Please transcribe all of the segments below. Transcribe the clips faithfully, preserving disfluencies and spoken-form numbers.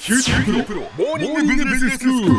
キューティープロモーニングビジネススクール。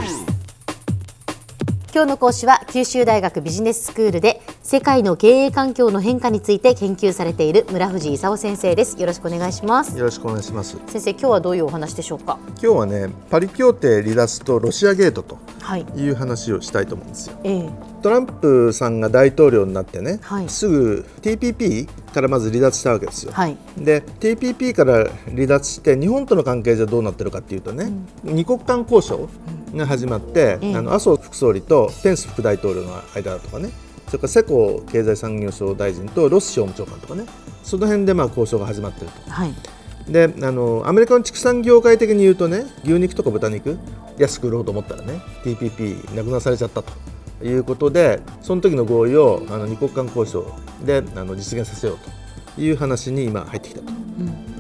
今日の講師は九州大学ビジネススクールで世界の経営環境の変化について研究されている村藤勲先生です。よろしくお願いします。 よろしくお願いします。 先生、今日はどういうお話でしょうか。 今日はね、パリ協定離脱とロシアゲートとはいいう話をしたいと思うんですよ。 ええトランプさんが大統領になってね、 はいすぐ ティーピーピー からまず離脱したわけですよ。 はいで ティーピーピー から離脱して日本との関係じゃどうなってるかっていうとね、うん、二国間交渉が始まって、うん、あの麻生副総理とペンス副大統領の間だとかね、それから世耕経済産業省大臣とロス商務長官とかね、その辺でまあ交渉が始まってると。 はいであのアメリカの畜産業界的に言うとね、牛肉とか豚肉安く売ろうと思ったらね ティーピーピー なくなされちゃったということで、その時の合意をあの二国間交渉であの実現させようという話に今入ってきたと、うん、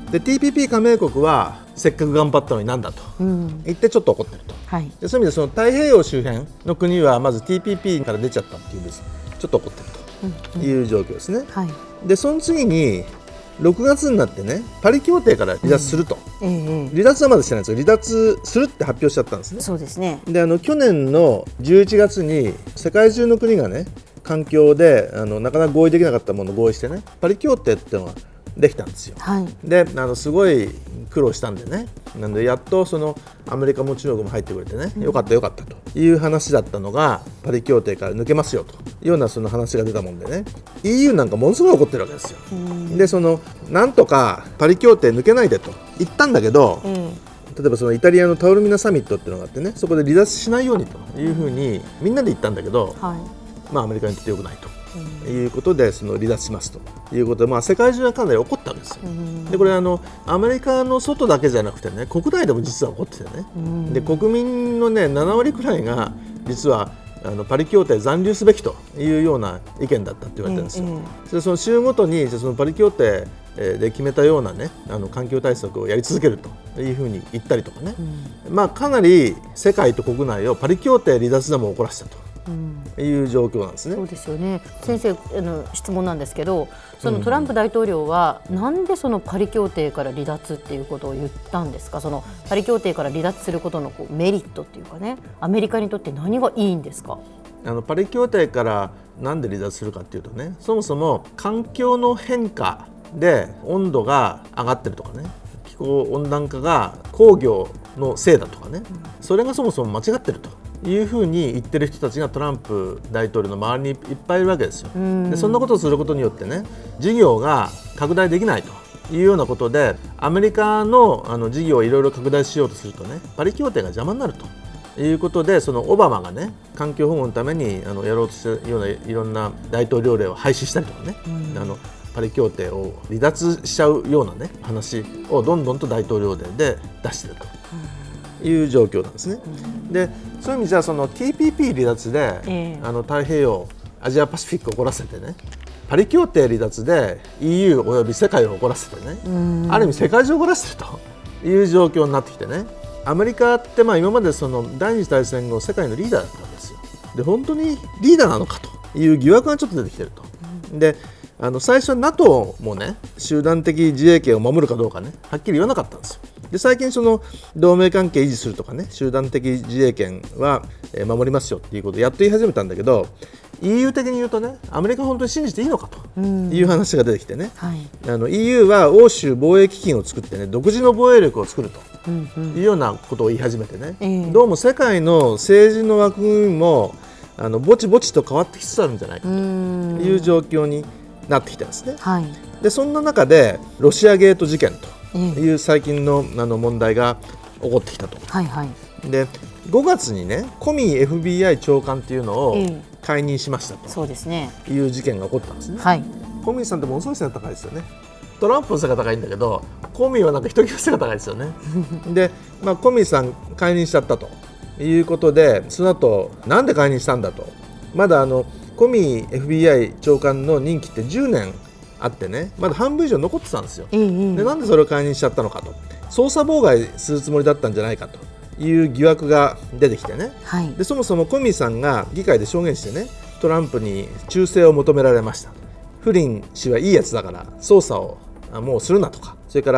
で ティーピーピー 加盟国はせっかく頑張ったのになんだと言ってちょっと怒ってると、はい、でそういう意味でその太平洋周辺の国はまず ティーピーピー から出ちゃったっていうんです。ちょっと怒ってるという状況ですね、はい、でその次にろくがつになってね、パリ協定から離脱すると、うんええ、離脱はまだしてないんですよ。離脱するって発表しちゃったんですね。 そうですね。 であの去年のじゅういちがつに世界中の国がね、環境であのなかなか合意できなかったものを合意してね、パリ協定っていうのができたんですよ、はい、であのすごい苦労したんでね、なんでやっとそのアメリカも中国も入ってくれてね、よかったよかったという話だったのが、パリ協定から抜けますよというようなその話が出たもんでね、 イーユー なんかものすごい怒ってるわけですよ。でそのなんとかパリ協定抜けないでと言ったんだけど、うん例えばそのイタリアのタオルミナサミットっていうのがあってね、そこで離脱しないようにというふうにみんなで言ったんだけど、はい、まあアメリカにとってよくないと、うん、いうことでその離脱しますということで、まあ、世界中がかなり怒ったんですよ、うん、でこれあのアメリカの外だけじゃなくてね、国内でも実は怒っててね、うん、で国民の、ね、ななわりくらいが実はあのパリ協定残留すべきというような意見だったって言われてるんですよ、うんうん、でその州ごとにそのパリ協定で決めたような、ね、あの環境対策をやり続けるというふうに言ったりとかね、うんまあ、かなり世界と国内をパリ協定離脱でも怒らせたという状況なんですね、 うん、そうですよね。先生あの質問なんですけど、そのトランプ大統領はなんでそのパリ協定から離脱っていうことを言ったんですか。そのパリ協定から離脱することのこうメリットっていうかね、アメリカにとって何がいいんですか。 あのパリ協定からなんで離脱するかっていうとね、そもそも環境の変化で温度が上がってるとかね、気候温暖化が工業のせいだとかね、うん、それがそもそも間違ってるというふうに言ってる人たちがトランプ大統領の周りにいっぱいいるわけですよ。でそんなことをすることによってね、事業が拡大できないというようなことで、アメリカ の, あの事業をいろいろ拡大しようとするとね、パリ協定が邪魔になるということで、そのオバマがね、環境保護のためにあのやろうとしたようないろんな大統領令を廃止したりとかね、あのパリ協定を離脱しちゃうような、ね、話をどんどんと大統領令で出しているという状況なんですね、うん、でそういう意味じゃその ティーピーピー 離脱で、えー、あの太平洋アジアパシフィックを怒らせてね、パリ協定離脱で イーユー および世界を怒らせてね、ある意味世界中を怒らせてるという状況になってきてね、アメリカってまあ今までその第二次大戦後世界のリーダーだったんですよ。で本当にリーダーなのかという疑惑がちょっと出てきてると、であの最初 ナトー もね、集団的自衛権を守るかどうかね、はっきり言わなかったんですよ。で最近その同盟関係維持するとかね、集団的自衛権は守りますよっていうことをやっと言い始めたんだけど、 イーユー 的に言うとね、アメリカ本当に信じていいのかという話が出てきてね、はい、あの イーユー は欧州防衛基金を作ってね、独自の防衛力を作るというようなことを言い始めてね、うんうん、どうも世界の政治の枠組みもあのぼちぼちと変わってきつつあるんじゃないかという状況になってきてますね、はい、でそんな中でロシアゲート事件という最近 の, あの問題が起こってきたと、はいはい、でごがつにね、コミ エフビーアイ 長官っていうのを解任しましたと、そうですね、いう事件が起こったんですね、はい、コミさんってものすごい背が高いですよね。トランプの背が高いんだけど、コミはなんか一人背が高いですよねで、まあ、コミさん解任しちゃったということで、その後なんで解任したんだと、まだあのコミ エフビーアイ 長官の任期ってじゅうねんあってね、まだ半分以上残ってたんですよ、うんうん、でなんでそれを解任しちゃったのかと、捜査妨害するつもりだったんじゃないかという疑惑が出てきてね、はい、でそもそもコミさんが議会で証言してね、トランプに忠誠を求められました。フリン氏はいいやつだから捜査をもうするなとか、それから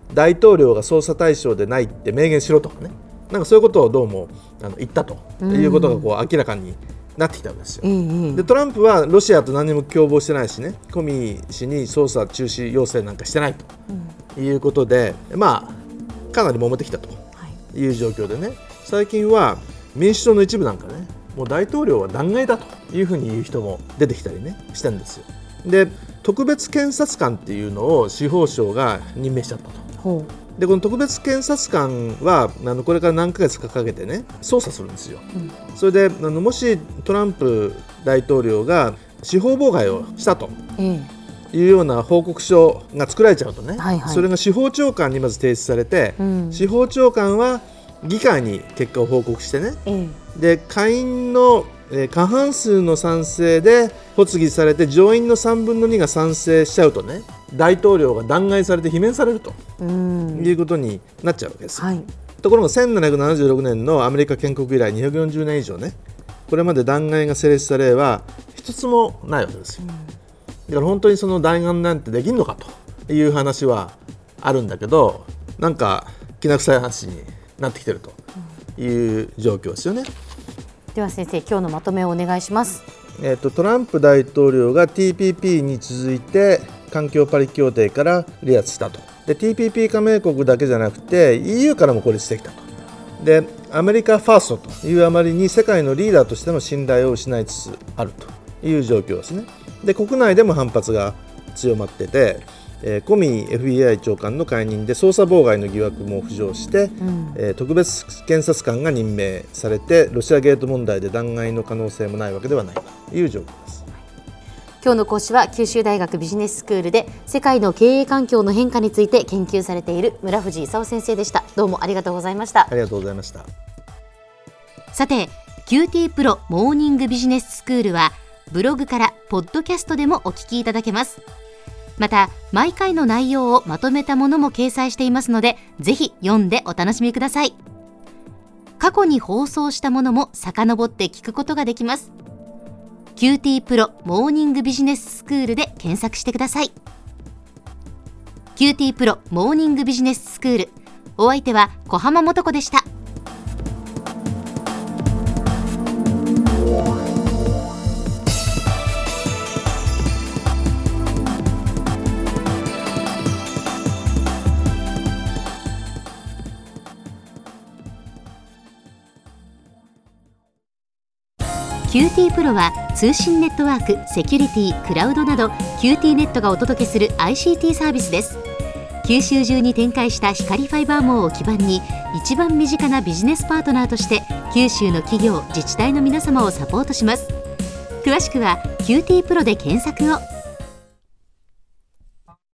大統領が捜査対象でないって明言しろとかね、なんかそういうことをどうもあの言ったということがこう明らかになってきたんですよ、うん、でトランプはロシアと何も共謀してないしね、コミ氏に捜査中止要請なんかしてないということで、うん、まあかなり揉めてきたという状況でね、最近は民主党の一部なんかね、もう大統領は弾劾だというふうに言う人も出てきたりねしてるんですよ。で特別検察官っていうのを司法省が任命しちゃったと。ほうでこの特別検察官はあのこれから何ヶ月かかけてね捜査するんですよ、うん、それであのもしトランプ大統領が司法妨害をしたというような報告書が作られちゃうとね、はいはい、それが司法長官にまず提出されて、うん、司法長官は議会に結果を報告してね、うん、で下院の過半数の賛成で発議されて上院のさんぶんのにが賛成しちゃうとね、大統領が弾劾されて罷免されるということになっちゃうわけです、はい、ところがせんななひゃくななじゅうろくねんのアメリカ建国以来にひゃくよんじゅうねん以上ね、これまで弾劾が成立した例は一つもないわけですよ。だから本当にその弾劾なんてできるのかという話はあるんだけど、なんかきな臭い話になってきてるという状況ですよね。 では先生、今日のまとめをお願いします。 えーと、トランプ大統領が ティーピーピー に続いて環境パリ協定から離脱したと。で ティーピーピー 加盟国だけじゃなくて イーユー からも孤立してきたと。でアメリカファーストというあまりに世界のリーダーとしての信頼を失いつつあるという状況ですね。で国内でも反発が強まってて、えー、コミー エフビーアイ 長官の解任で捜査妨害の疑惑も浮上して、うんえー、特別検察官が任命されてロシアゲート問題で弾劾の可能性もないわけではないという状況です。 今日の講師は九州大学ビジネススクールで世界の経営環境の変化について研究されている村藤勲先生でした。どうもありがとうございました。 ありがとうございました。 さて キューティー プロモーニングビジネススクールはブログからポッドキャストでもお聞きいただけます。また毎回の内容をまとめたものも掲載していますので、ぜひ読んでお楽しみください。過去に放送したものも遡って聞くことができます。キューティー プロモーニングビジネススクールで検索してください。キューティー プロモーニングビジネススクール、お相手は小浜もとこでした。キューティー プロは通信ネットワーク、セキュリティ、クラウドなど キューティー ネットがお届けする アイシーティー サービスです。九州中に展開した光ファイバー網を基盤に一番身近なビジネスパートナーとして九州の企業、自治体の皆様をサポートします。詳しくは キューティー プロで検索を。